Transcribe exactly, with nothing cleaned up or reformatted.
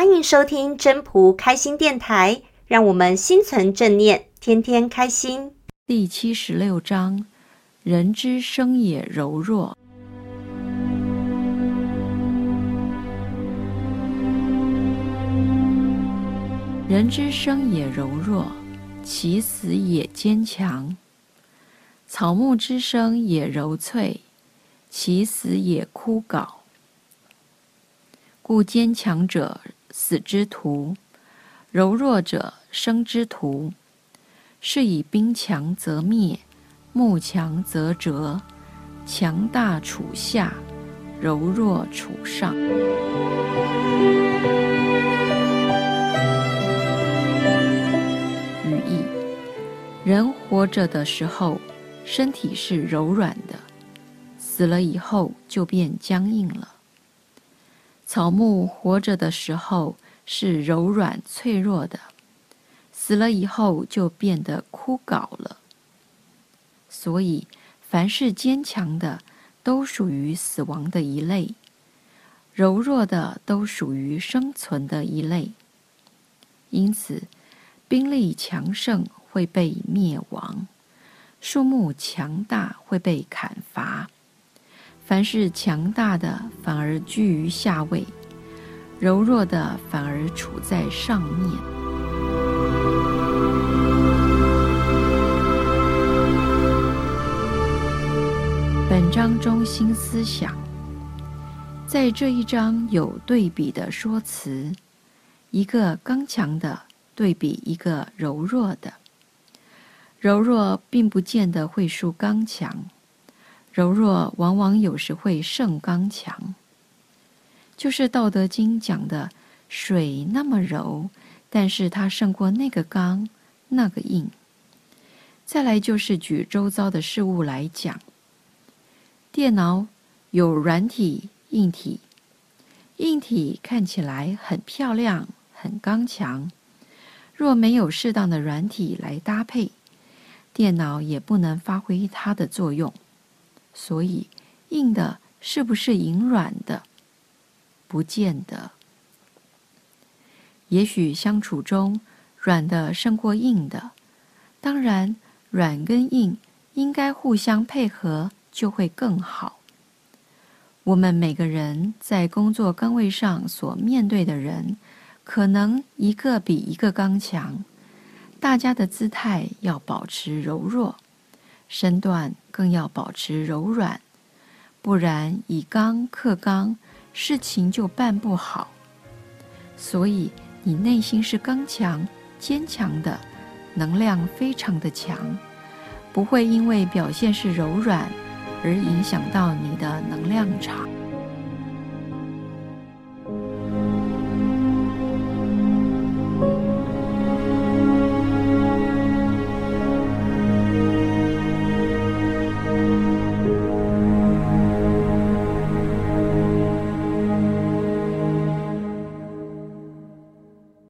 欢迎收听真仆开心电台，让我们心存正念，天天开心。 第七十六章，人之生也柔弱。人之生也柔弱，其死也坚强。草木之生也柔脆，其死也枯槁。故坚强者死之徒，柔弱者生之徒。是以兵强则灭，木强则折，强大处下，柔弱处上。语义：人活着的时候，身体是柔软的，死了以后就变僵硬了。草木活着的时候是柔软脆弱的，死了以后就变得枯槁了。所以，凡是坚强的，都属于死亡的一类；柔弱的，都属于生存的一类。因此，兵力强盛会被灭亡，树木强大会被砍伐。凡是强大的，反而居于下位；柔弱的，反而处在上面。本章中心思想，在这一章有对比的说辞，一个刚强的对比一个柔弱的。柔弱并不见得会输刚强，柔弱往往有时会胜刚强。就是《道德经》讲的水那么柔，但是它胜过那个刚那个硬。再来就是举周遭的事物来讲，电脑有软体硬体，硬体看起来很漂亮很刚强，若没有适当的软体来搭配，电脑也不能发挥它的作用。所以硬的是不是赢软的？不见得。也许相处中软的胜过硬的，当然软跟硬应该互相配合，就会更好。我们每个人在工作岗位上所面对的人，可能一个比一个刚强，大家的姿态要保持柔弱，身段更要保持柔软，不然以刚克刚，事情就办不好。所以你内心是刚强坚强的，能量非常的强，不会因为表现是柔软而影响到你的能量场。